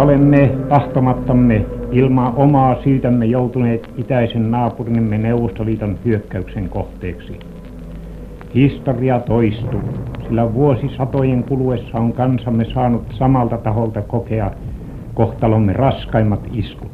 olemme tahtomattamme ilman omaa syytämme joutuneet itäisen naapurimme Neuvostoliiton hyökkäyksen kohteeksi. Historia toistuu, sillä vuosisatojen kuluessa on kansamme saanut samalta taholta kokea kohtalomme raskaimmat iskut.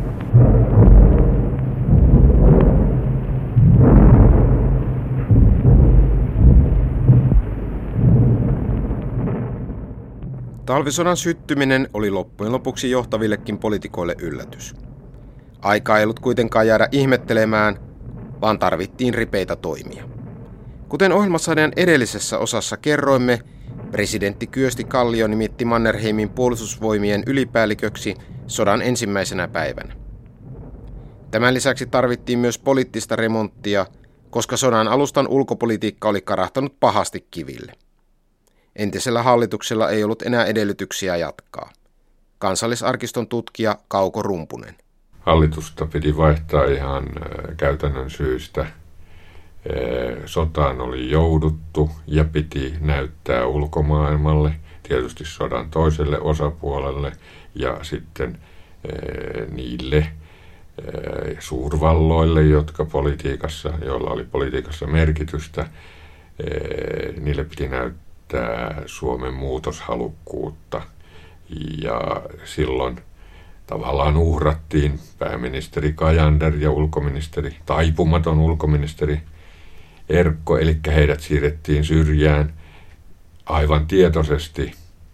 Talvisodan syttyminen oli loppujen lopuksi johtavillekin poliitikoille yllätys. Aika ei ollut kuitenkaan jäädä ihmettelemään, vaan tarvittiin ripeitä toimia. Kuten ohjelmasarjan edellisessä osassa kerroimme, presidentti Kyösti Kallio nimitti Mannerheimin puolustusvoimien ylipäälliköksi sodan ensimmäisenä päivänä. Tämän lisäksi tarvittiin myös poliittista remonttia, koska sodan alustan ulkopolitiikka oli karahtanut pahasti kiville. Entisellä hallituksella ei ollut enää edellytyksiä jatkaa. Kansallisarkiston tutkija Kauko Rumpunen. Hallitusta piti vaihtaa ihan käytännön syystä. Sotaan oli jouduttu ja piti näyttää ulkomaailmalle, tietysti sodan toiselle osapuolelle ja sitten niille suurvalloille, joilla oli politiikassa merkitystä, niille piti näyttää Suomen muutoshalukkuutta ja silloin tavallaan uhrattiin pääministeri Cajander ja taipumaton ulkoministeri Erkko, eli heidät siirrettiin syrjään aivan tietoisesti,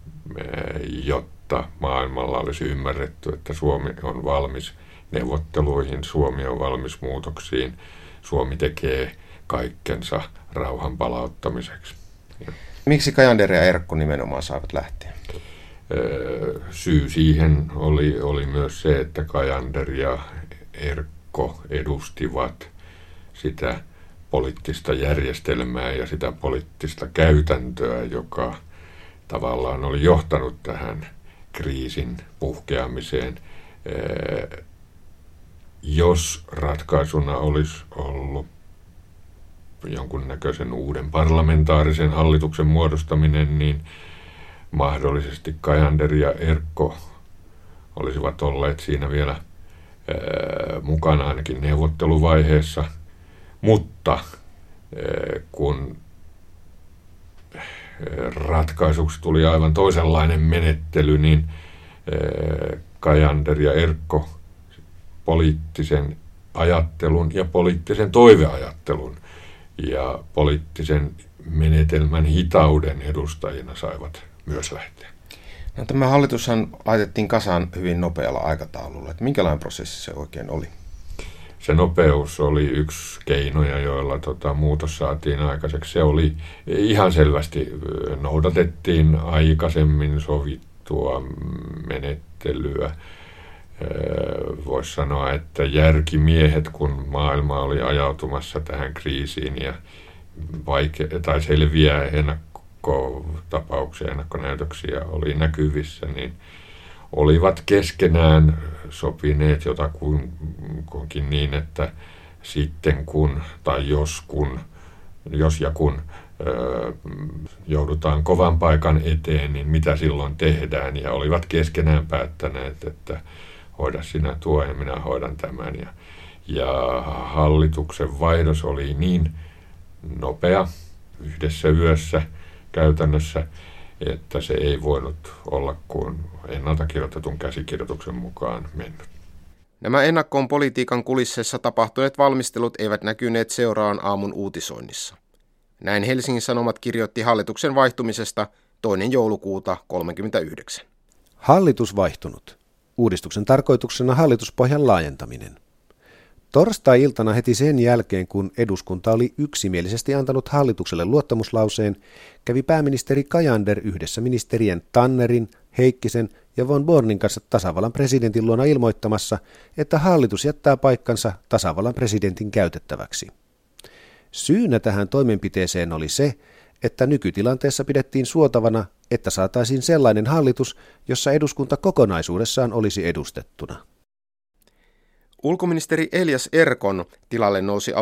jotta maailmalla olisi ymmärretty, että Suomi on valmis neuvotteluihin, Suomi on valmis muutoksiin, Suomi tekee kaikkensa rauhan palauttamiseksi. Miksi Cajander ja Erkko nimenomaan saivat lähteä? Syy siihen oli myös se, että Cajander ja Erkko edustivat sitä poliittista järjestelmää ja sitä poliittista käytäntöä, joka tavallaan oli johtanut tähän kriisin puhkeamiseen. Jos ratkaisuna olisi ollut jonkunnäköisen uuden parlamentaarisen hallituksen muodostaminen, niin mahdollisesti Cajander ja Erkko olisivat olleet siinä vielä mukana ainakin neuvotteluvaiheessa, mutta kun ratkaisuksi tuli aivan toisenlainen menettely, niin Cajander ja Erkko poliittisen ajattelun ja poliittisen toiveajattelun ja poliittisen menetelmän hitauden edustajina saivat myös lähteä. No, tämä hallitushan laitettiin kasaan hyvin nopealla aikataululla. Että minkälainen prosessi se oikein oli? Se nopeus oli yksi keinoja, joilla muutos saatiin aikaiseksi. Se oli ihan selvästi, noudatettiin aikaisemmin sovittua menettelyä. Voisi sanoa, että järkimiehet, kun maailma oli ajautumassa tähän kriisiin ja selviä ennakkotapauksia, ennakkonäytöksiä oli näkyvissä, niin olivat keskenään sopineet jotakuinkin niin, että sitten kun tai jos ja kun joudutaan kovan paikan eteen, niin mitä silloin tehdään, ja olivat keskenään päättäneet, että hoida sinä tuo ja minä hoidan tämän. Ja hallituksen vaihdos oli niin nopea yhdessä yössä käytännössä, että se ei voinut olla kuin ennalta kirjoitetun käsikirjoituksen mukaan mennyt. Nämä ennakkoon politiikan kulisseissa tapahtuneet valmistelut eivät näkyneet seuraavan aamun uutisoinnissa. Näin Helsingin Sanomat kirjoitti hallituksen vaihtumisesta 2. joulukuuta 1939. Hallitus vaihtunut. Uudistuksen tarkoituksena hallituspohjan laajentaminen. Torstai-iltana heti sen jälkeen, kun eduskunta oli yksimielisesti antanut hallitukselle luottamuslauseen, kävi pääministeri Cajander yhdessä ministerien Tannerin, Heikkisen ja von Bornin kanssa tasavallan presidentin luona ilmoittamassa, että hallitus jättää paikkansa tasavallan presidentin käytettäväksi. Syynä tähän toimenpiteeseen oli se, että nykytilanteessa pidettiin suotavana, että saataisiin sellainen hallitus, jossa eduskunta kokonaisuudessaan olisi edustettuna. Ulkoministeri Elias Erkon tilalle nousi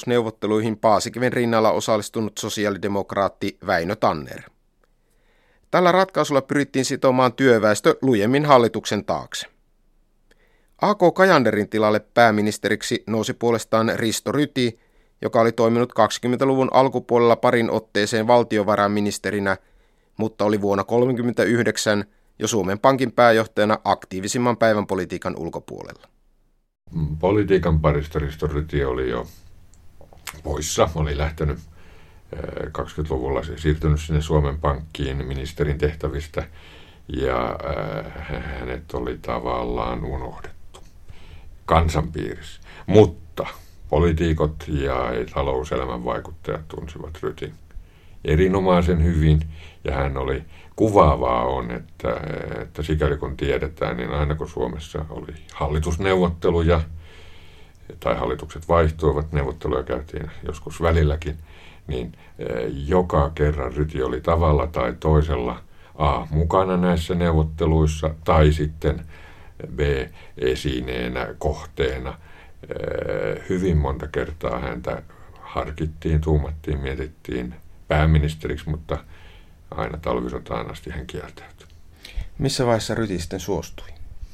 alueluovutusneuvotteluihin Paasikiven rinnalla osallistunut sosiaalidemokraatti Väinö Tanner. Tällä ratkaisulla pyrittiin sitomaan työväestö lujemmin hallituksen taakse. A.K. Cajanderin tilalle pääministeriksi nousi puolestaan Risto Ryti, joka oli toiminut 20-luvun alkupuolella parin otteeseen valtiovarainministerinä, mutta oli vuonna 1939 jo Suomen Pankin pääjohtajana aktiivisimman päivänpolitiikan ulkopuolella. Politiikan parista Risto Ryti oli jo poissa, oli lähtenyt 20-luvulla siirtynyt sinne Suomen Pankkiin ministerin tehtävistä ja hänet oli tavallaan unohdettu kansanpiirissä. Mutta poliitikot ja talouselämän vaikuttajat tunsivat Rytin erinomaisen hyvin ja hän oli kuvaavaa on, että sikäli kun tiedetään, niin aina kun Suomessa oli hallitusneuvotteluja tai hallitukset vaihtuivat, neuvotteluja käytiin joskus välilläkin, niin joka kerran Ryti oli tavalla tai toisella A. mukana näissä neuvotteluissa tai sitten B. esineenä, kohteena. Hyvin monta kertaa häntä harkittiin, tuumattiin, mietittiin pääministeriksi, mutta aina talvisotaan asti hän kieltäytyi. Missä vaiheessa Ryti sitten suostui?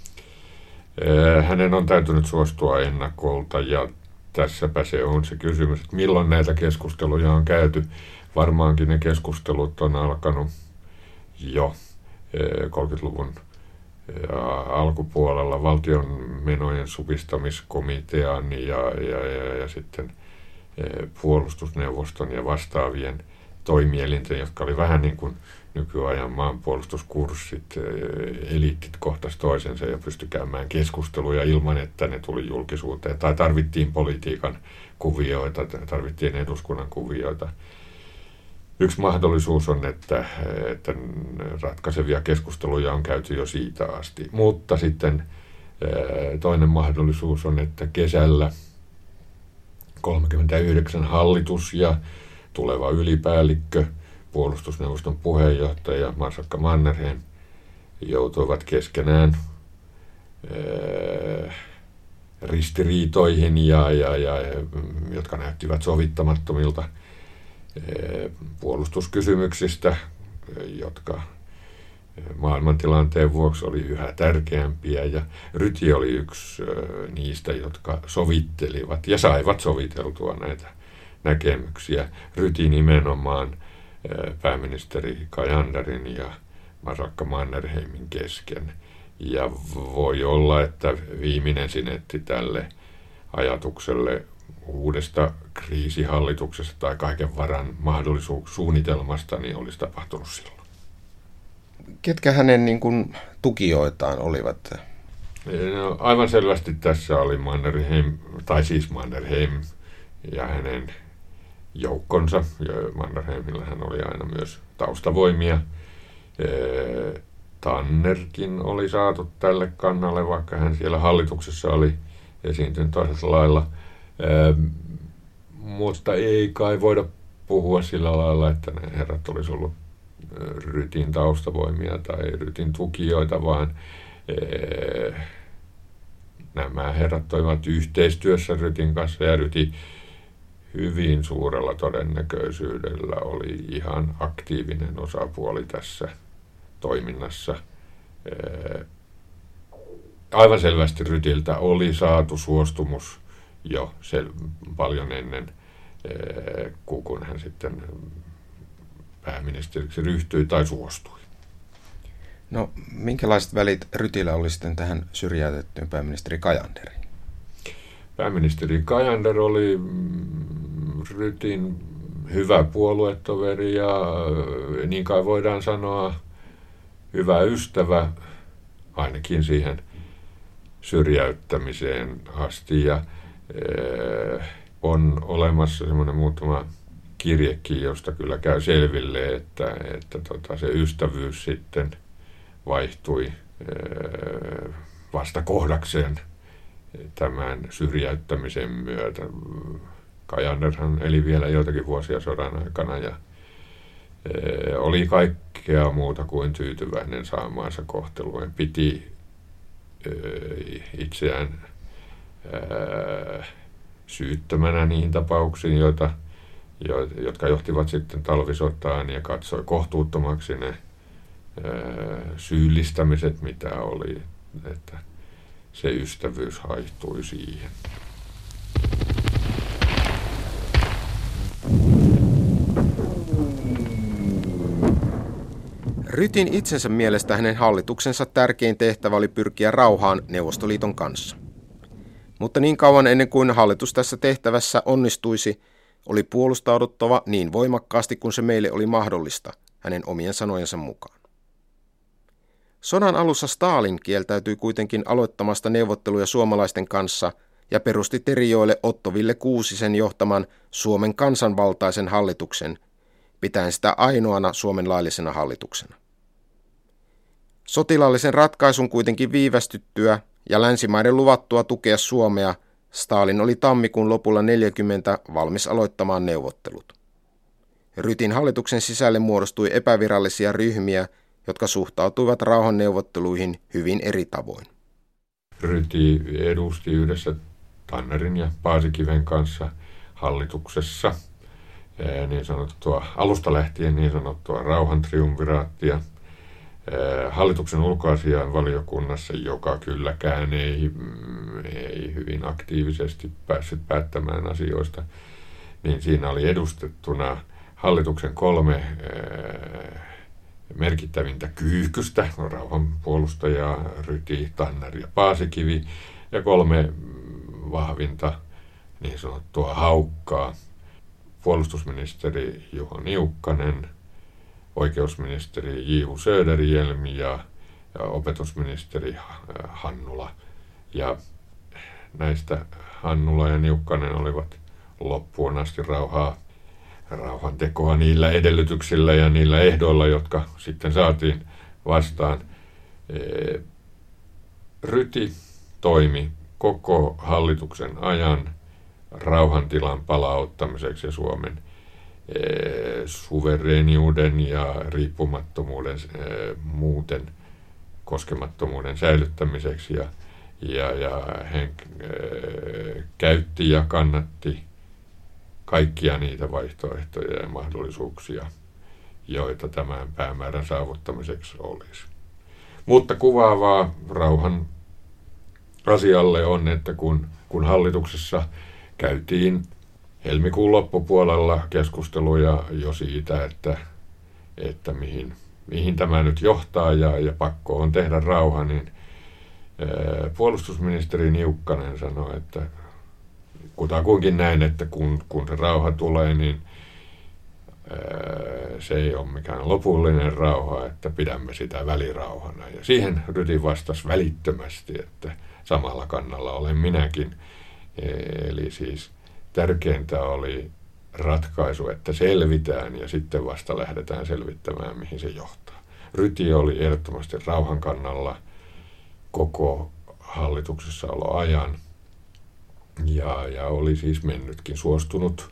Hänen on täytynyt suostua ennakolta ja tässäpä se on se kysymys, että milloin näitä keskusteluja on käyty. Varmaankin ne keskustelut on alkanut jo 30-luvun alkupuolella valtion menojen supistamiskomitean ja sitten puolustusneuvoston ja vastaavien toimielinten, jotka oli vähän niin kuin nykyajan maanpuolustuskurssit, eliitit kohtas toisensa ja pystyi käymään keskusteluja ilman, että ne tuli julkisuuteen. Tai tarvittiin politiikan kuvioita, tarvittiin eduskunnan kuvioita. Yksi mahdollisuus on, että ratkaisevia keskusteluja on käyty jo siitä asti. Mutta sitten toinen mahdollisuus on, että kesällä 1939 hallitus ja tuleva ylipäällikkö, puolustusneuvoston puheenjohtaja Marsakka Mannerheim joutuivat keskenään ristiriitoihin, jotka näyttivät sovittamattomilta puolustuskysymyksistä, jotka maailmantilanteen vuoksi oli yhä tärkeämpiä. Ja Ryti oli yksi niistä, jotka sovittelivat ja saivat soviteltua näitä näkemyksiä. Ryti nimenomaan pääministeri Cajanderin ja Marsakka Mannerheimin kesken. Ja voi olla, että viimeinen sinetti tälle ajatukselle uudesta kriisihallituksesta tai kaiken varan mahdollisuussuunnitelmasta niin olisi tapahtunut silloin. Ketkä hänen niin kuin tukijoitaan olivat? No, aivan selvästi tässä oli Mannerheim ja hänen joukkonsa. Ja Mannerheimilla hän oli aina myös taustavoimia. Tannerkin oli saatu tälle kannalle, vaikka hän siellä hallituksessa oli esiintynyt toisella lailla. Mutta ei kai voida puhua sillä lailla, että ne herrat olisi ollut Rytin taustavoimia tai Rytin tukijoita, vaan nämä herrat toivat yhteistyössä Rytin kanssa ja Ryti hyvin suurella todennäköisyydellä oli ihan aktiivinen osapuoli tässä toiminnassa. Aivan selvästi Rytiltä oli saatu suostumus jo paljon ennen, kun hän sitten pääministeriksi ryhtyi tai suostui. No, minkälaiset välit Rytillä oli sitten tähän syrjäytettyyn pääministeri Cajanderiin? Pääministeri Cajander oli Rytin hyvä puoluetoveri ja niin kai voidaan sanoa hyvä ystävä ainakin siihen syrjäyttämiseen asti. Ja on olemassa semmoinen muutama kirjekin, josta kyllä käy selville, että se ystävyys sitten vaihtui vastakohdakseen tämän syrjäyttämisen myötä. Cajanderhan eli vielä joitakin vuosia sodan aikana ja oli kaikkea muuta kuin tyytyväinen saamaansa kohteluun. Piti itseään syyttömänä niihin tapauksiin, jotka johtivat sitten talvisotaan ja katsoi kohtuuttomaksi ne syyllistämiset, mitä oli, että se ystävyys haihtui siihen. Rytin itsensä mielestä hänen hallituksensa tärkein tehtävä oli pyrkiä rauhaan Neuvostoliiton kanssa. Mutta niin kauan ennen kuin hallitus tässä tehtävässä onnistuisi, oli puolustauduttava niin voimakkaasti kuin se meille oli mahdollista, hänen omien sanojensa mukaan. Sodan alussa Stalin kieltäytyi kuitenkin aloittamasta neuvotteluja suomalaisten kanssa ja perusti Terijoelle Otto Wille Kuusisen johtaman Suomen kansanvaltaisen hallituksen, pitäen sitä ainoana Suomen laillisena hallituksena. Sotilaallisen ratkaisun kuitenkin viivästyttyä ja länsimaiden luvattua tukea Suomea, Stalin oli tammikuun lopulla 40 valmis aloittamaan neuvottelut. Rytin hallituksen sisälle muodostui epävirallisia ryhmiä, jotka suhtautuivat rauhanneuvotteluihin hyvin eri tavoin. Ryti edusti yhdessä Tannerin ja Paasikiven kanssa hallituksessa niin sanottua, alusta lähtien niin sanottua rauhantriumviraattia. Hallituksen ulkoasiainvaliokunnassa, joka kylläkään ei hyvin aktiivisesti päässyt päättämään asioista, niin siinä oli edustettuna hallituksen 3 merkittävintä kyyhkystä, rauhanpuolustajaa, Ryti, Tanner ja Paasikivi, ja 3 vahvinta niin sanottua haukkaa, puolustusministeri Juho Niukkanen, oikeusministeri J.U. Söderhielm ja opetusministeri Hannula. Ja näistä Hannula ja Niukkanen olivat loppuun asti rauhantekoa niillä edellytyksillä ja niillä ehdoilla, jotka sitten saatiin vastaan. Ryti toimi koko hallituksen ajan rauhantilan palauttamiseksi ja Suomen suvereeniuden ja riippumattomuuden muuten koskemattomuuden säilyttämiseksi ja hän käytti ja kannatti kaikkia niitä vaihtoehtoja ja mahdollisuuksia, joita tämän päämäärän saavuttamiseksi olisi. Mutta kuvaavaa rauhan asialle on, että kun hallituksessa käytiin helmikuun loppupuolella keskusteluja jo siitä, että mihin tämä nyt johtaa ja pakko on tehdä rauha, niin puolustusministeri Niukkanen sanoi, että kutakuinkin näin, että kun se rauha tulee, niin se ei ole mikään lopullinen rauha, että pidämme sitä välirauhana. Ja siihen Ryti vastasi välittömästi, että samalla kannalla olen minäkin. Eli siis tärkeintä oli ratkaisu, että selvitään ja sitten vasta lähdetään selvittämään, mihin se johtaa. Ryti oli ehdottomasti rauhan kannalla koko hallituksessaoloajan ja oli siis mennytkin suostunut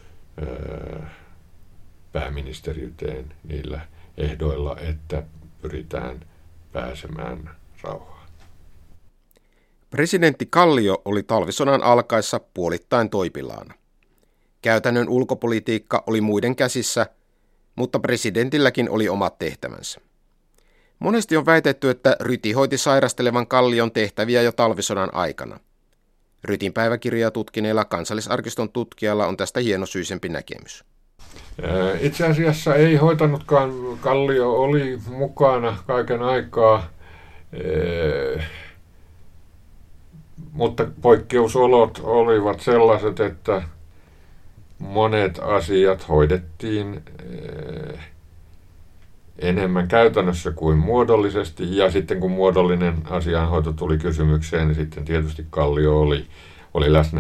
pääministeriyteen niillä ehdoilla, että pyritään pääsemään rauhaan. Presidentti Kallio oli talvisodan alkaessa puolittain toipilaana. Käytännön ulkopolitiikka oli muiden käsissä, mutta presidentilläkin oli omat tehtävänsä. Monesti on väitetty, että Ryti hoiti sairastelevan Kallion tehtäviä jo talvisodan aikana. Rytin päiväkirjaa tutkineella Kansallisarkiston tutkijalla on tästä hienosyisempi näkemys. Itse asiassa ei hoitanutkaan. Kallio oli mukana kaiken aikaa, mutta poikkeusolot olivat sellaiset, että monet asiat hoidettiin enemmän käytännössä kuin muodollisesti, ja sitten kun muodollinen asianhoito tuli kysymykseen, niin sitten tietysti Kallio oli läsnä.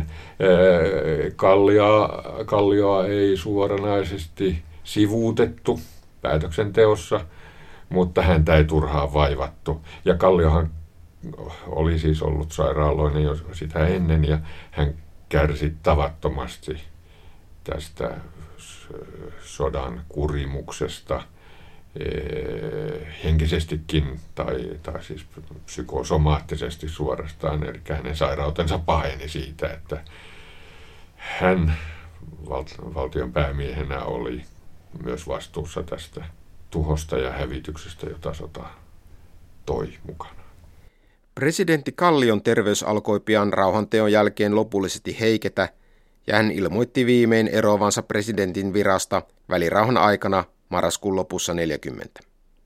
Kallioa ei suoranaisesti sivuutettu päätöksenteossa, mutta häntä ei turhaan vaivattu. Ja Kalliohan oli siis ollut sairaaloinen jo sitä ennen, ja hän kärsi tavattomasti tästä sodan kurimuksesta henkisestikin tai siis psykosomaattisesti suorastaan, eli hänen sairautensa paheni siitä, että hän valtion päämiehenä oli myös vastuussa tästä tuhosta ja hävityksestä, jota sota toi mukana. Presidentti Kallion terveys alkoi pian rauhanteon jälkeen lopullisesti heiketä, ja hän ilmoitti viimein eroavansa presidentin virasta välirauhan aikana marraskuun lopussa 40.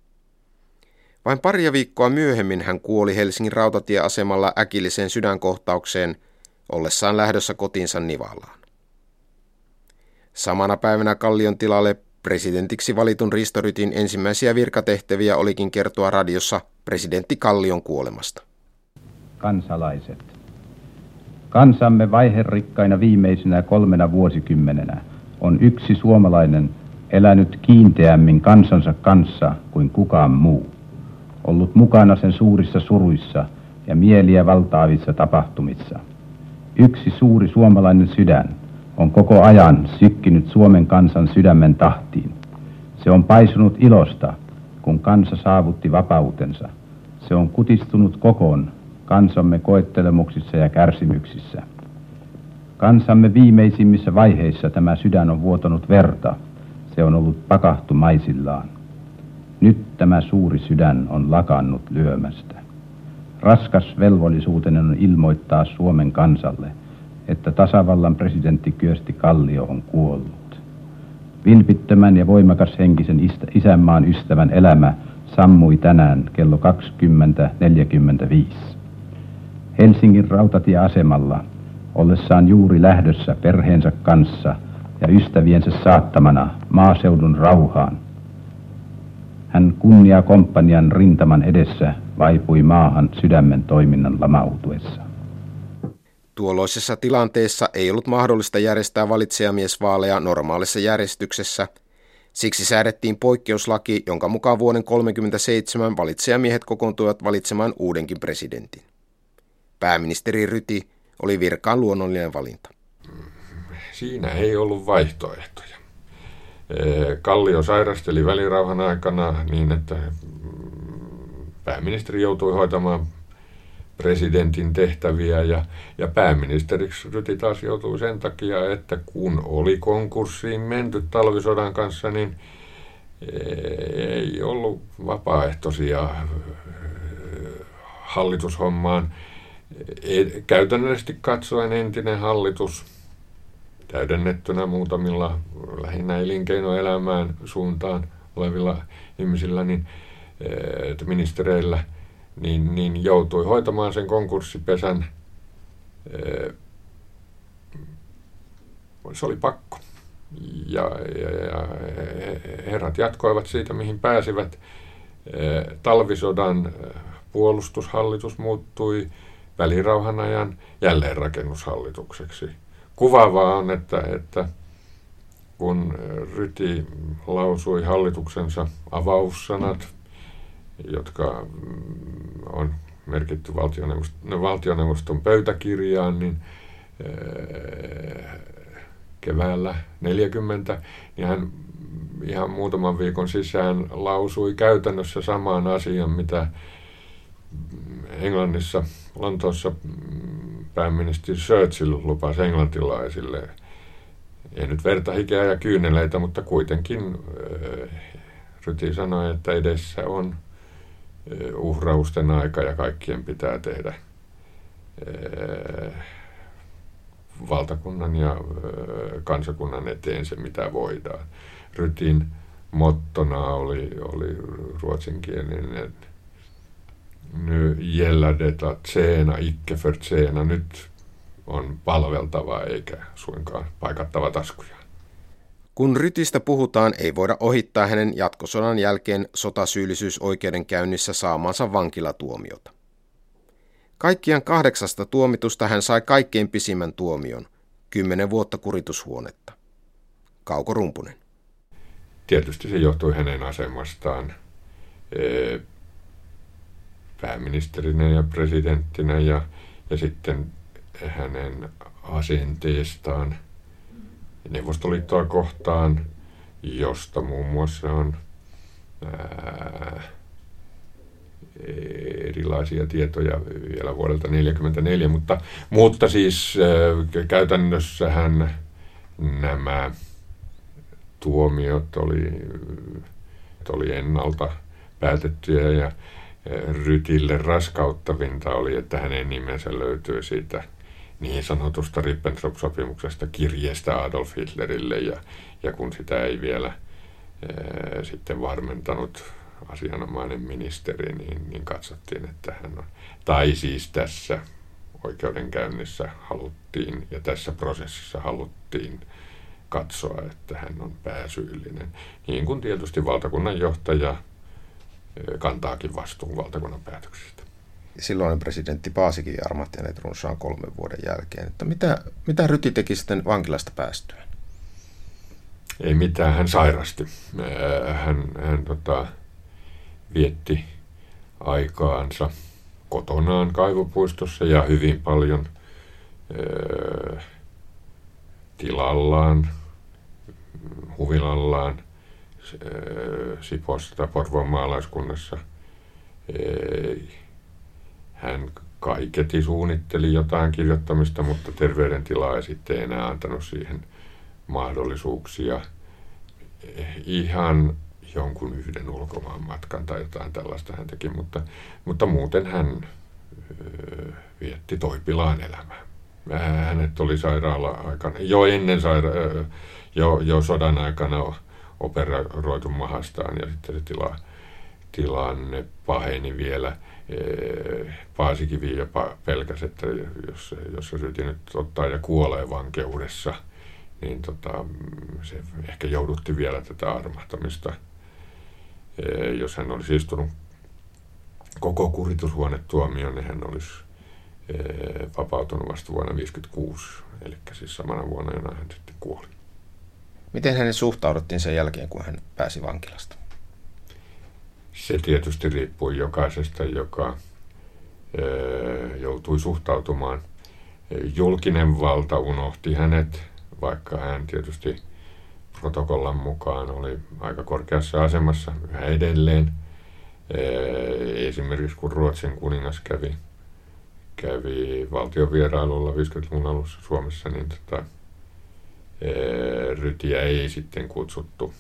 Vain paria viikkoa myöhemmin hän kuoli Helsingin rautatieasemalla äkilliseen sydänkohtaukseen ollessaan lähdössä kotiinsa Nivalaan. Samana päivänä Kallion tilalle presidentiksi valitun Risto Rytin ensimmäisiä virkatehtäviä olikin kertoa radiossa presidentti Kallion kuolemasta. Kansalaiset. Kansamme vaiherikkaina viimeisinä 3 vuosikymmenenä on yksi suomalainen elänyt kiinteämmin kansansa kanssa kuin kukaan muu. Ollut mukana sen suurissa suruissa ja mieliä valtaavissa tapahtumissa. Yksi suuri suomalainen sydän on koko ajan sykkinyt Suomen kansan sydämen tahtiin. Se on paisunut ilosta, kun kansa saavutti vapautensa. Se on kutistunut kokoon kansamme koettelemuksissa ja kärsimyksissä. Kansamme viimeisimmissä vaiheissa tämä sydän on vuotanut verta. Se on ollut pakahtumaisillaan. Nyt tämä suuri sydän on lakannut lyömästä. Raskas velvollisuuteni on ilmoittaa Suomen kansalle, että tasavallan presidentti Kyösti Kallio on kuollut. Vilpittömän ja voimakas henkisen isänmaan ystävän elämä sammui tänään kello 20.45. Helsingin rautatieasemalla ollessaan juuri lähdössä perheensä kanssa ja ystäviensä saattamana maaseudun rauhaan. Hän kunniakomppanian rintaman edessä vaipui maahan sydämen toiminnan lamautuessa. Tuolloisessa tilanteessa ei ollut mahdollista järjestää valitsijamiesvaaleja normaalissa järjestyksessä. Siksi säädettiin poikkeuslaki, jonka mukaan vuoden 1937 valitsijamiehet kokoontuivat valitsemaan uudenkin presidentin. Pääministeri Ryti oli virkaan luonnollinen valinta. Siinä ei ollut vaihtoehtoja. Kallio sairasteli välirauhan aikana niin, että pääministeri joutui hoitamaan presidentin tehtäviä ja pääministeriksi Ryti taas joutui sen takia, että kun oli konkurssiin menty talvisodan kanssa, niin ei ollut vapaaehtoisia hallitushommaan. Käytännöllisesti katsoen entinen hallitus, täydennettynä muutamilla lähinnä elinkeinoelämään suuntaan olevilla ihmisillä, ministereillä, niin joutui hoitamaan sen konkurssipesän. Se oli pakko. Ja herrat jatkoivat siitä, mihin pääsivät. Talvisodan puolustushallitus muuttui välirauhan ajan jälleenrakennushallitukseksi. Kuvaavaa on, että kun Ryti lausui hallituksensa avaussanat, jotka on merkitty valtioneuvoston pöytäkirjaan, niin keväällä 40, niin hän ihan muutaman viikon sisään lausui käytännössä samaan asian, mitä Englannissa, Lontoossa pääministeri Churchill lupasi englantilaisille. Ei nyt verta, hikeä ja kyyneleitä, mutta kuitenkin Ryti sanoi, että edessä on uhrausten aika ja kaikkien pitää tehdä valtakunnan ja kansakunnan eteen se, mitä voidaan. Rytin mottona oli ruotsinkielinen nu gäller det att tjäna, icke förtjäna. Nyt on palveltava eikä suinkaan paikattava taskuja. Kun Rytistä puhutaan, ei voida ohittaa hänen jatkosodan jälkeen sotasyyllisyysoikeudenkäynnissä saamansa vankilatuomiota. Kaikkiaan 8 tuomitusta hän sai kaikkein pisimmän tuomion, 10 vuotta kuritushuonetta. Kauko Rumpunen. Tietysti se johtui hänen asemastaan pääministerinä ja presidenttinä ja sitten hänen asenteestaan Neuvostoliittoa kohtaan, josta muun muassa on erilaisia tietoja vielä vuodelta 1944, mutta siis käytännössähän nämä tuomiot oli asiat oli ennalta päätettyjä ja Rytille raskauttavinta oli, että hänen nimensä löytyy siitä niin sanotusta Ribbentrop-sopimuksesta kirjeestä Adolf Hitlerille ja kun sitä ei vielä sitten varmentanut asianomainen ministeri, niin katsottiin, että hän on. Tai siis tässä oikeudenkäynnissä haluttiin ja tässä prosessissa haluttiin katsoa, että hän on pääsyyllinen. Niin kuin tietysti valtakunnan johtaja kantaakin vastuun valtakunnan päätöksistä. Silloinen presidentti Paasikin armahti hänet runsaan 3 vuoden jälkeen. Että mitä Ryti teki sitten vankilasta päästyään? Ei mitään, hän sairasti. Hän vietti aikaansa kotonaan kaivopuistossa ja hyvin paljon tilallaan, huvilallaan, Sipossa tai Porvoon maalaiskunnassa. Hän kaiketi suunnitteli jotain kirjoittamista, mutta terveydentila ei sitten enää antanut siihen mahdollisuuksia. Ihan jonkun yhden ulkomaan matkan tai jotain tällaista hän teki, mutta muuten hän vietti toipilaan elämää. Hänet oli sairaala-aikana, jo sodan aikana operoitu mahastaan ja sitten se tilanne paheni vielä. Paasikivi jopa pelkäsi, että jos se Ryti nyt ottaa ja kuolee vankeudessa, niin se ehkä joudutti vielä tätä armahtamista. Jos hän olisi istunut koko kuritushuonetuomioon, niin hän olisi vapautunut vasta vuonna 1956, eli siis samana vuonna, jona hän sitten kuoli. Miten hänen suhtauduttiin sen jälkeen, kun hän pääsi vankilasta? Se tietysti riippui jokaisesta, joka joutui suhtautumaan. Julkinen valta unohti hänet, vaikka hän tietysti protokollan mukaan oli aika korkeassa asemassa yhä edelleen. Esimerkiksi kun Ruotsin kuningas kävi valtiovierailulla 50-luvun alussa Suomessa, niin Rytiä ei sitten kutsuttu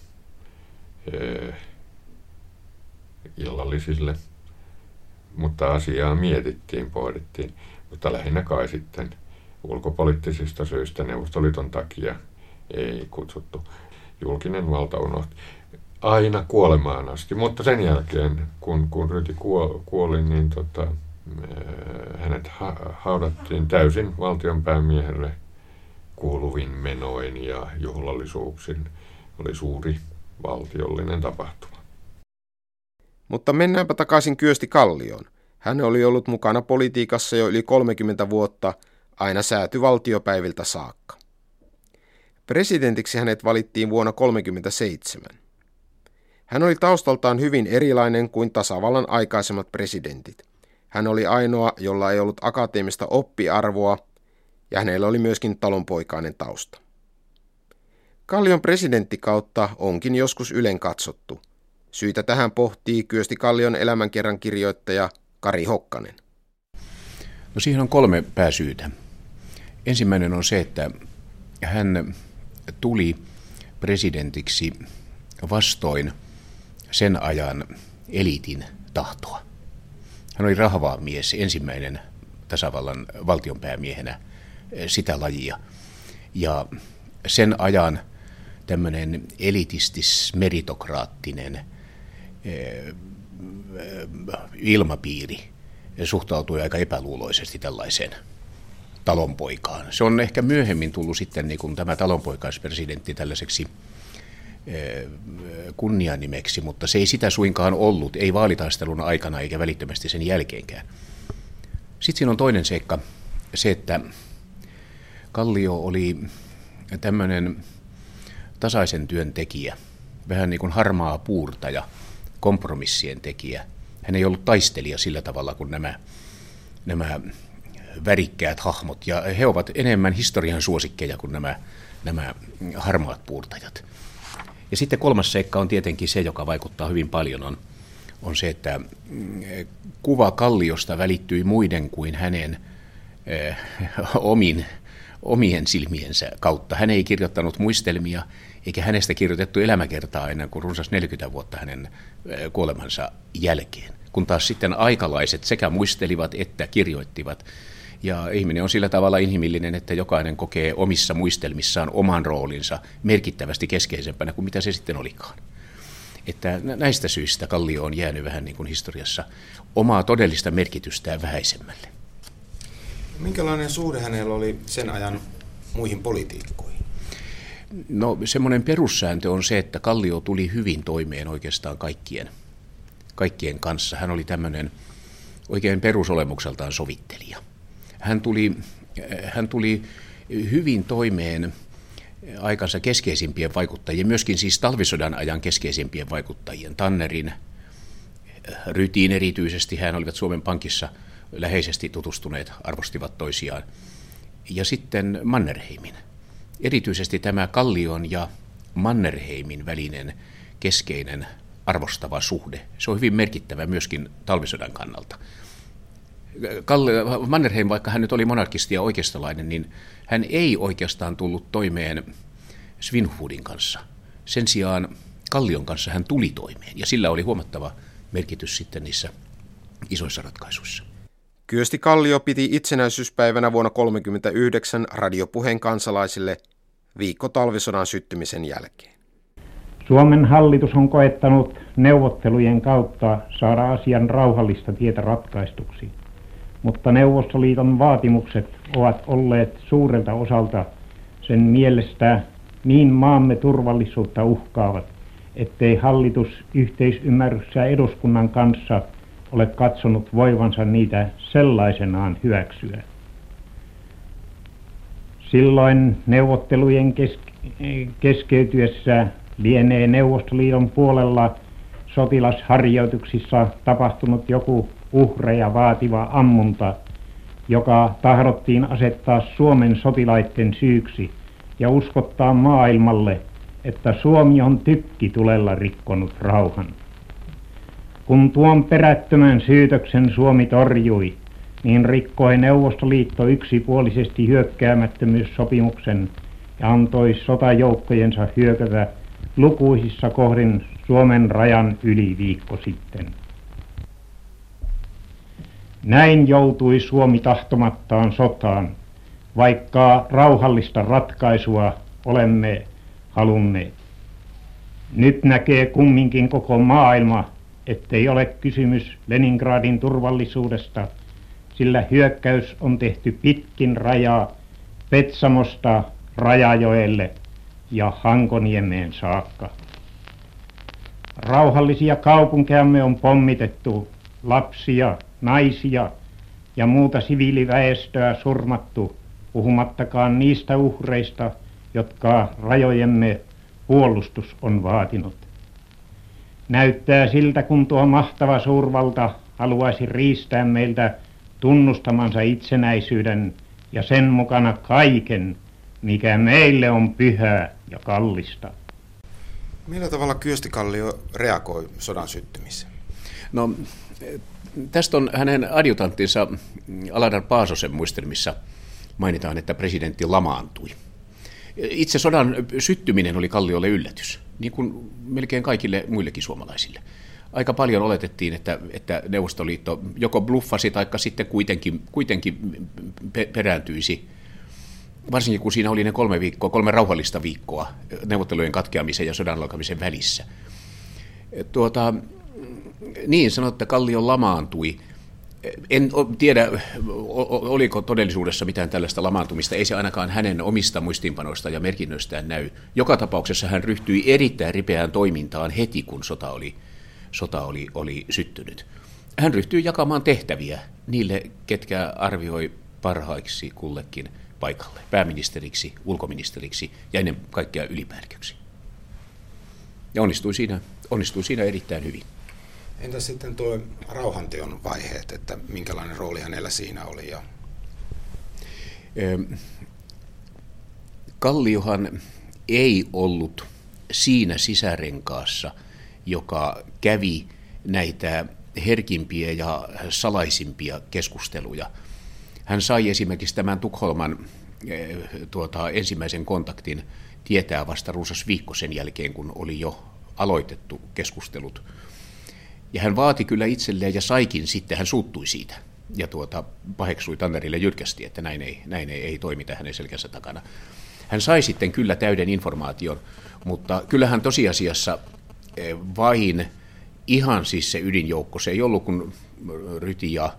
illallisille, mutta asiaa mietittiin, pohdittiin, mutta lähinnä kai sitten ulkopoliittisista syistä Neuvostoliiton takia ei kutsuttu. Julkinen valta unohti aina kuolemaan asti, mutta sen jälkeen, kun Ryti kuoli, niin hänet haudattiin täysin valtionpäämiehelle kuuluvin menoin ja juhlallisuuksin. Oli suuri valtiollinen tapahtuma. Mutta mennäänpä takaisin Kyösti Kallioon. Hän oli ollut mukana politiikassa jo yli 30 vuotta, aina säätyvaltiopäiviltä saakka. Presidentiksi hänet valittiin vuonna 1937. Hän oli taustaltaan hyvin erilainen kuin tasavallan aikaisemmat presidentit. Hän oli ainoa, jolla ei ollut akateemista oppiarvoa, ja hänellä oli myöskin talonpoikainen tausta. Kallion presidenttikautta onkin joskus ylen katsottu. Syitä tähän pohtii Kyösti Kallion elämänkerran kirjoittaja Kari Hokkanen. No siihen on 3 pääsyytä. Ensimmäinen on se, että hän tuli presidentiksi vastoin sen ajan eliitin tahtoa. Hän oli rahvaa mies, ensimmäinen tasavallan valtionpäämiehenä sitä lajia. Ja sen ajan tämmöinen elitistis-meritokraattinen ilmapiiri suhtautui aika epäluuloisesti tällaiseen talonpoikaan. Se on ehkä myöhemmin tullut sitten niin kuin tämä talonpoikaispresidentti tällaiseksi kunnianimeksi, mutta se ei sitä suinkaan ollut, ei vaalitaistelun aikana eikä välittömästi sen jälkeenkään. Sitten siinä on toinen seikka, se, että Kallio oli tämmöinen tasaisen työn tekijä, vähän niin kuin harmaa puurtaja, kompromissien tekijä. Hän ei ollut taistelija sillä tavalla kuin nämä värikkäät hahmot, ja he ovat enemmän historian suosikkeja kuin nämä harmaat puurtajat. Ja sitten 3. seikka on tietenkin se, joka vaikuttaa hyvin paljon, on se, että kuva Kalliosta välittyi muiden kuin hänen omien silmiensä kautta. Hän ei kirjoittanut muistelmia, eikä hänestä kirjoitettu elämäkertaa ennen kuin runsas 40 vuotta hänen kuolemansa jälkeen. Kun taas sitten aikalaiset sekä muistelivat että kirjoittivat. Ja ihminen on sillä tavalla inhimillinen, että jokainen kokee omissa muistelmissaan oman roolinsa merkittävästi keskeisempänä kuin mitä se sitten olikaan. Että näistä syistä Kallio on jäänyt vähän niin kuin historiassa omaa todellista merkitystään vähäisemmälle. Minkälainen suhde hänellä oli sen ajan muihin poliitikkoihin? No semmoinen perussääntö on se, että Kallio tuli hyvin toimeen oikeastaan kaikkien kanssa. Hän oli tämmöinen oikein perusolemukseltaan sovittelija. Hän tuli hyvin toimeen aikansa keskeisimpien vaikuttajien, myöskin siis talvisodan ajan keskeisimpien vaikuttajien, Tannerin, Rytin erityisesti, hän olivat Suomen Pankissa läheisesti tutustuneet, arvostivat toisiaan, ja sitten Mannerheimin. Erityisesti tämä Kallion ja Mannerheimin välinen keskeinen arvostava suhde, se on hyvin merkittävä myöskin talvisodan kannalta. Mannerheim, vaikka hän nyt oli monarkisti ja oikeistolainen, niin hän ei oikeastaan tullut toimeen Svinhufvudin kanssa. Sen sijaan Kallion kanssa hän tuli toimeen, ja sillä oli huomattava merkitys sitten niissä isoissa ratkaisuissa. Kyösti Kallio piti itsenäisyyspäivänä vuonna 1939 radiopuheen kansalaisille viikko talvisodan syttymisen jälkeen. Suomen hallitus on koettanut neuvottelujen kautta saada asian rauhallista tietä ratkaistuksi, mutta Neuvostoliiton vaatimukset ovat olleet suurelta osalta sen mielestä niin maamme turvallisuutta uhkaavat, ettei hallitus yhteisymmärryksessä eduskunnan kanssa ole katsonut voivansa niitä sellaisenaan hyväksyä. Silloin neuvottelujen keskeytyessä lienee Neuvostoliiton puolella sotilasharjoituksissa tapahtunut joku uhreja vaativa ammunta, joka tahdottiin asettaa Suomen sotilaiden syyksi ja uskottaa maailmalle, että Suomi on tykkitulella rikkonut rauhan. Kun tuon perättömän syytöksen Suomi torjui, niin rikkoi Neuvostoliitto yksipuolisesti hyökkäämättömyyssopimuksen ja antoi sotajoukkojensa hyökätä lukuisissa kohdin Suomen rajan yli viikko sitten. Näin joutui Suomi tahtomattaan sotaan, vaikka rauhallista ratkaisua olemme halunneet. Nyt näkee kumminkin koko maailma, ettei ole kysymys Leningradin turvallisuudesta, sillä hyökkäys on tehty pitkin rajaa Petsamosta Rajajoelle ja Hankoniemeen saakka. Rauhallisia kaupunkejamme on pommitettu, lapsia, naisia ja muuta siviiliväestöä surmattu, puhumattakaan niistä uhreista, jotka rajojemme puolustus on vaatinut. Näyttää siltä, kun tuo mahtava suurvalta haluaisi riistää meiltä tunnustamansa itsenäisyyden ja sen mukana kaiken, mikä meille on pyhää ja kallista. Millä tavalla Kyösti Kallio reagoi sodan syttymiseen? No, tästä on hänen adjutanttinsa Aladar Paasosen muistelmissa mainitaan, että presidentti lamaantui. Itse sodan syttyminen oli Kalliolle yllätys, niin kuin melkein kaikille muillekin suomalaisille. Aika paljon oletettiin, että Neuvostoliitto joko bluffasi tai sitten kuitenkin perääntyisi, varsinkin kun siinä oli ne 3 rauhallista viikkoa neuvottelujen katkeamisen ja sodan alkamisen välissä. Niin sanottu, että Kallio lamaantui. En tiedä, oliko todellisuudessa mitään tällaista lamaantumista, ei se ainakaan hänen omista muistiinpanoista ja merkinnöistään näy. Joka tapauksessa hän ryhtyi erittäin ripeään toimintaan heti, kun sota oli syttynyt. Hän ryhtyi jakamaan tehtäviä niille, ketkä arvioi parhaiksi kullekin paikalle, pääministeriksi, ulkoministeriksi ja ennen kaikkea ylipäälliköksi. Ja onnistui siinä erittäin hyvin. Entä sitten tuo rauhanteon vaiheet, että minkälainen rooli hänellä siinä oli? Kalliohan ei ollut siinä sisärenkaassa, joka kävi näitä herkimpiä ja salaisimpia keskusteluja. Hän sai esimerkiksi tämän Tukholman ensimmäisen kontaktin tietää vasta runsas viikko sen jälkeen, kun oli jo aloitettu keskustelut. Ja hän vaati kyllä itselleen ja saikin sitten, hän suuttui siitä ja paheksui Tannerille jyrkästi, että näin ei toimita hänen selkänsä takana. Hän sai sitten kyllä täyden informaation, mutta kyllähän tosiasiassa vain ihan siis se ydinjoukko, se ei ollut kuin Ryti ja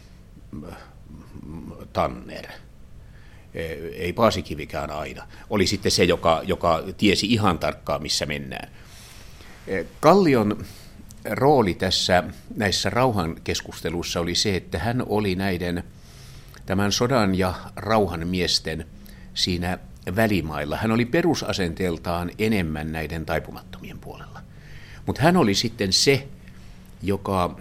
Tanner, ei Paasikivikään aina, oli sitten se, joka tiesi ihan tarkkaan, missä mennään. Kallion rooli näissä rauhankeskusteluissa oli se, että hän oli tämän sodan ja rauhan miesten siinä välimailla. Hän oli perusasenteeltaan enemmän näiden taipumattomien puolella. Mutta hän oli sitten se, joka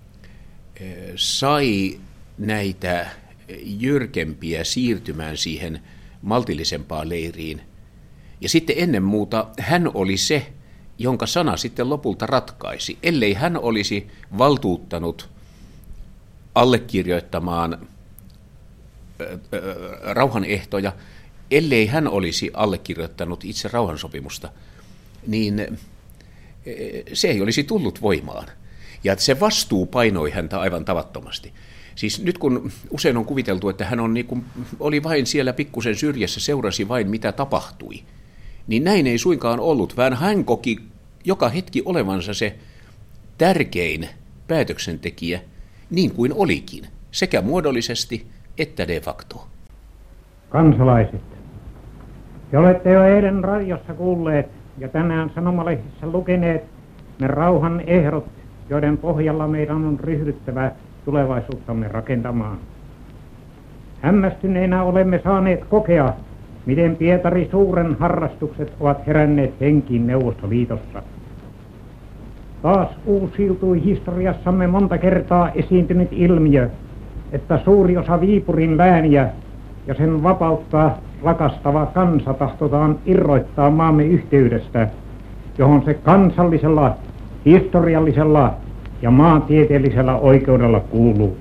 sai näitä jyrkempiä siirtymään siihen maltillisempaan leiriin. Ja sitten ennen muuta hän oli se, jonka sana sitten lopulta ratkaisi, ellei hän olisi valtuuttanut allekirjoittamaan rauhanehtoja, ellei hän olisi allekirjoittanut itse rauhansopimusta, niin se ei olisi tullut voimaan. Ja se vastuu painoi häntä aivan tavattomasti. Siis nyt kun usein on kuviteltu, että hän oli vain siellä pikkusen syrjässä, seurasi vain mitä tapahtui, niin näin ei suinkaan ollut, vaan hän koki joka hetki olevansa se tärkein päätöksentekijä, niin kuin olikin, sekä muodollisesti että de facto. Kansalaiset, te olette jo eilen radiossa kuulleet ja tänään sanomalehdissä lukeneet ne rauhan ehdot, joiden pohjalla meidän on ryhdyttävä tulevaisuuttamme rakentamaan. Hämmästyneenä olemme saaneet kokea, miten Pietari suuren harrastukset ovat heränneet henkiin Neuvostoliitossa. Taas uusiutui historiassamme monta kertaa esiintynyt ilmiö, että suuri osa Viipurin lääniä ja sen vapauttaa rakastava kansa tahtotaan irrottaa maamme yhteydestä, johon se kansallisella, historiallisella ja maantieteellisellä oikeudella kuuluu.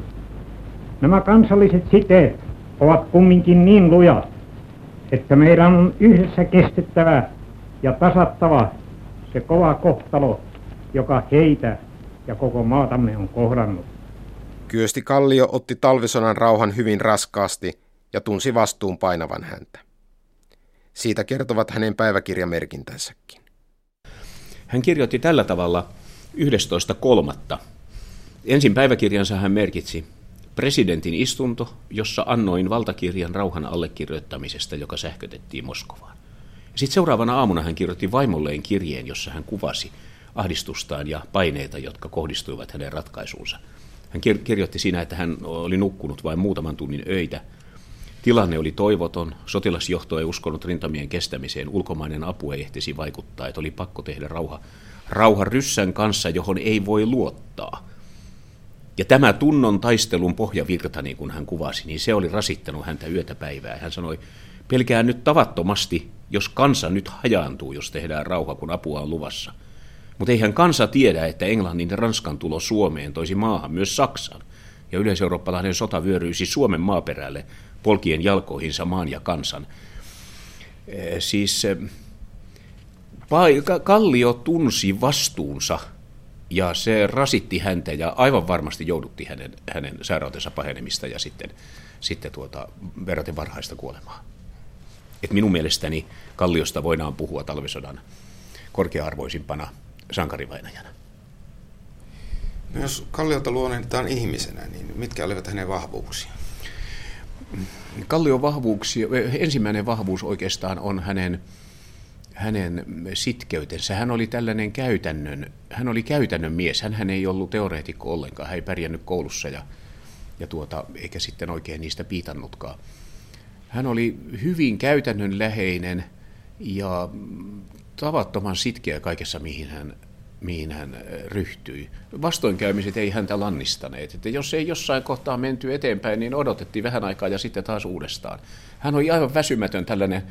Nämä kansalliset siteet ovat kumminkin niin lujat, että meidän on yhdessä kestettävä ja tasattava se kova kohtalo, joka heitä ja koko maatamme on kohdannut. Kyösti Kallio otti talvisodan rauhan hyvin raskaasti ja tunsi vastuun painavan häntä. Siitä kertovat hänen päiväkirjamerkintänsäkin. Hän kirjoitti tällä tavalla 11.3. Ensin päiväkirjansa hän merkitsi presidentin istunto, jossa annoin valtakirjan rauhan allekirjoittamisesta, joka sähkötettiin Moskovaan. Sitten seuraavana aamuna hän kirjoitti vaimolleen kirjeen, jossa hän kuvasi ahdistustaan ja paineita, jotka kohdistuivat hänen ratkaisuunsa. Hän kirjoitti siinä, että hän oli nukkunut vain muutaman tunnin öitä. Tilanne oli toivoton, sotilasjohto ei uskonut rintamien kestämiseen, ulkomainen apu ei ehtisi vaikuttaa, että oli pakko tehdä rauha ryssän kanssa, johon ei voi luottaa. Ja tämä tunnon taistelun pohjavirta, niin kuin hän kuvasi, niin se oli rasittanut häntä yötä päivää. Hän sanoi, pelkään nyt tavattomasti, jos kansa nyt hajaantuu, jos tehdään rauha, kun apua on luvassa. Mutta eihän kansa tiedä, että Englannin ja Ranskan tulo Suomeen toisi maahan myös Saksan. Ja yleiseurooppalainen sota vyöryisi Suomen maaperälle polkien jalkoihinsa maan ja kansan. Kallio tunsi vastuunsa ja se rasitti häntä ja aivan varmasti joudutti hänen sairautensa pahenemista ja sitten verraten varhaista kuolemaa. Et minun mielestäni Kalliosta voidaan puhua talvisodan korkea-arvoisimpana sankarivainajana. No jos Kalliota luonnehditaan ihmisenä, niin mitkä olivat hänen vahvuuksia? Kallion vahvuuksia, ensimmäinen vahvuus oikeastaan on hänen sitkeytensä. Hän oli tällainen käytännön mies. Hän ei ollut teoreetikko ollenkaan. Hän ei pärjännyt koulussa eikä sitten oikein niistä piitannutkaan. Hän oli hyvin käytännönläheinen ja tavattoman sitkeä kaikessa, mihin hän ryhtyi. Vastoinkäymiset ei häntä lannistaneet. Että jos ei jossain kohtaa menty eteenpäin, niin odotettiin vähän aikaa ja sitten taas uudestaan. Hän oli aivan väsymätön tällainen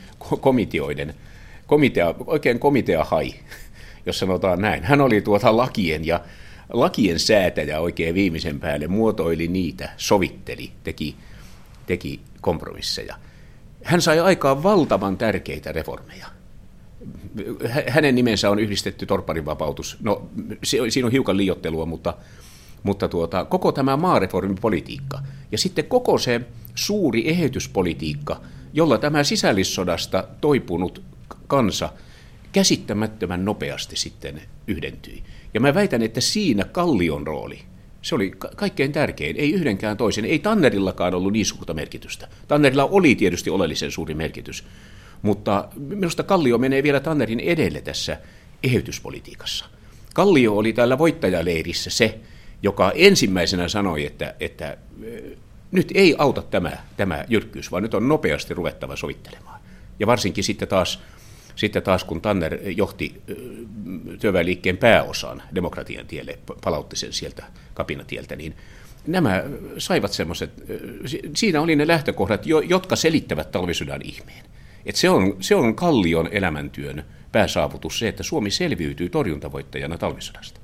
oikein komiteahai, jos sanotaan näin. Hän oli lakien säätäjä oikein viimeisen päälle, muotoili niitä, sovitteli, teki kompromisseja. Hän sai aikaan valtavan tärkeitä reformeja. Hänen nimensä on yhdistetty torpparin vapautus. No, siinä on hiukan liioittelua, mutta koko tämä maareformipolitiikka ja sitten koko se suuri eheytyspolitiikka, jolla tämä sisällissodasta toipunut kansa käsittämättömän nopeasti sitten yhdentyi. Ja mä väitän, että siinä Kallion rooli, se oli kaikkein tärkein, ei yhdenkään toisen, ei Tannerillakaan ollut niin suurta merkitystä. Tannerilla oli tietysti oleellisen suuri merkitys, mutta minusta Kallio menee vielä Tannerin edelle tässä eheytyspolitiikassa. Kallio oli täällä voittajaleirissä se, joka ensimmäisenä sanoi, että nyt ei auta tämä jyrkkyys, vaan nyt on nopeasti ruvettava sovittelemaan. Ja varsinkin sitten taas kun Tanner johti työväenliikkeen pääosan demokratian tielle, palautti sen sieltä kapinatieltä, niin nämä saivat semmoiset, siinä oli ne lähtökohdat, jotka selittävät talvisodan ihmeen. Että se on Kallion elämäntyön pääsaavutus se, että Suomi selviytyy torjuntavoittajana talvisodasta.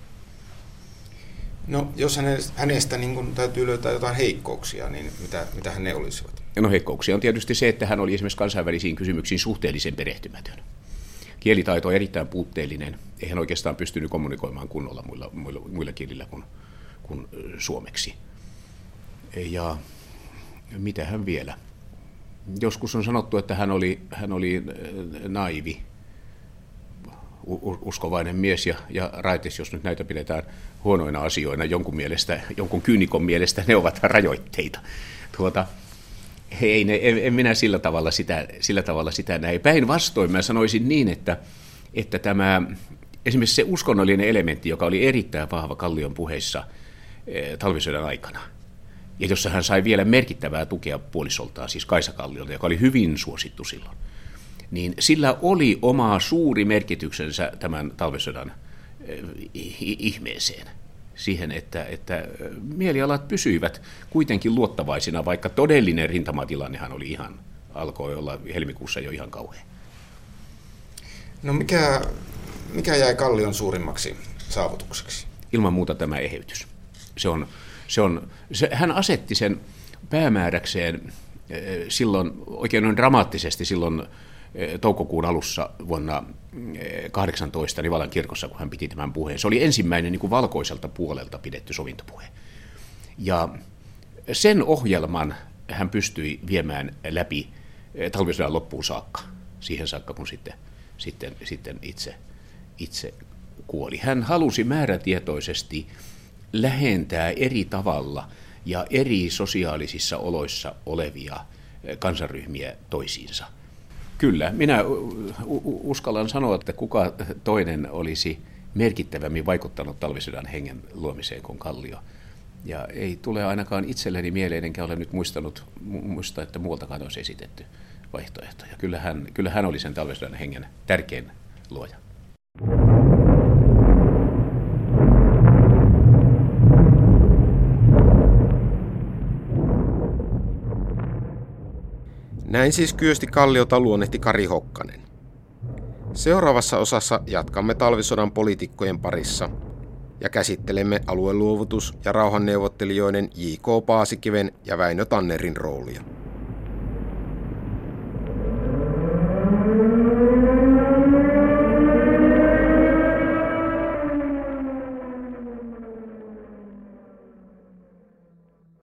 No, jos hänestä niin kun täytyy löytää jotain heikkouksia, niin mitä ne olisivat? No, heikkouksia on tietysti se, että hän oli esimerkiksi kansainvälisiin kysymyksiin suhteellisen perehtymätön. Kielitaito on erittäin puutteellinen. Ei hän oikeastaan pystynyt kommunikoimaan kunnolla muilla kielillä kuin suomeksi. Ja mitä hän vielä? Joskus on sanottu, että hän oli naivi, uskovainen mies ja raitis, jos nyt näitä pidetään huonoina asioina jonkun kyynikon mielestä ne ovat rajoitteita. En minä sillä tavalla sitä näe. Päinvastoin mä sanoisin niin, että tämä esimerkiksi se uskonnollinen elementti, joka oli erittäin vahva Kallion puheissa talvisodan aikana, ja jossa hän sai vielä merkittävää tukea puolisoltaan, siis Kaisa Kalliolta, joka oli hyvin suosittu silloin, niin sillä oli oma suuri merkityksensä tämän talvisodan ihmeeseen. Siihen, että mielialat pysyivät kuitenkin luottavaisina, vaikka todellinen rintamatilannehan oli alkoi olla helmikuussa jo ihan kauhea. No mikä jäi Kallion suurimmaksi saavutukseksi? Ilman muuta tämä eheytys. Hän asetti sen päämääräkseen silloin oikein noin dramaattisesti silloin toukokuun alussa vuonna 18 Nivalan kirkossa, kun hän piti tämän puheen. Se oli ensimmäinen niin kuin valkoiselta puolelta pidetty sovintopuhe. Ja sen ohjelman hän pystyi viemään läpi talvisodan loppuun saakka, siihen saakka kun sitten itse kuoli. Hän halusi määrätietoisesti lähentää eri tavalla ja eri sosiaalisissa oloissa olevia kansanryhmiä toisiinsa. Kyllä, minä uskallan sanoa, että kuka toinen olisi merkittävämmin vaikuttanut talvisodan hengen luomiseen kuin Kallio. Ja ei tule ainakaan itselleni mieleen, enkä ole nyt muista, että muualtakaan olisi esitetty vaihtoehtoja. Kyllä hän oli sen talvisodan hengen tärkein luoja. Näin siis Kyösti Kalliota luonnehti Kari Hokkanen. Seuraavassa osassa jatkamme talvisodan poliitikkojen parissa ja käsittelemme alueluovutus- ja rauhanneuvottelijoiden J.K. Paasikiven ja Väinö Tannerin roolia.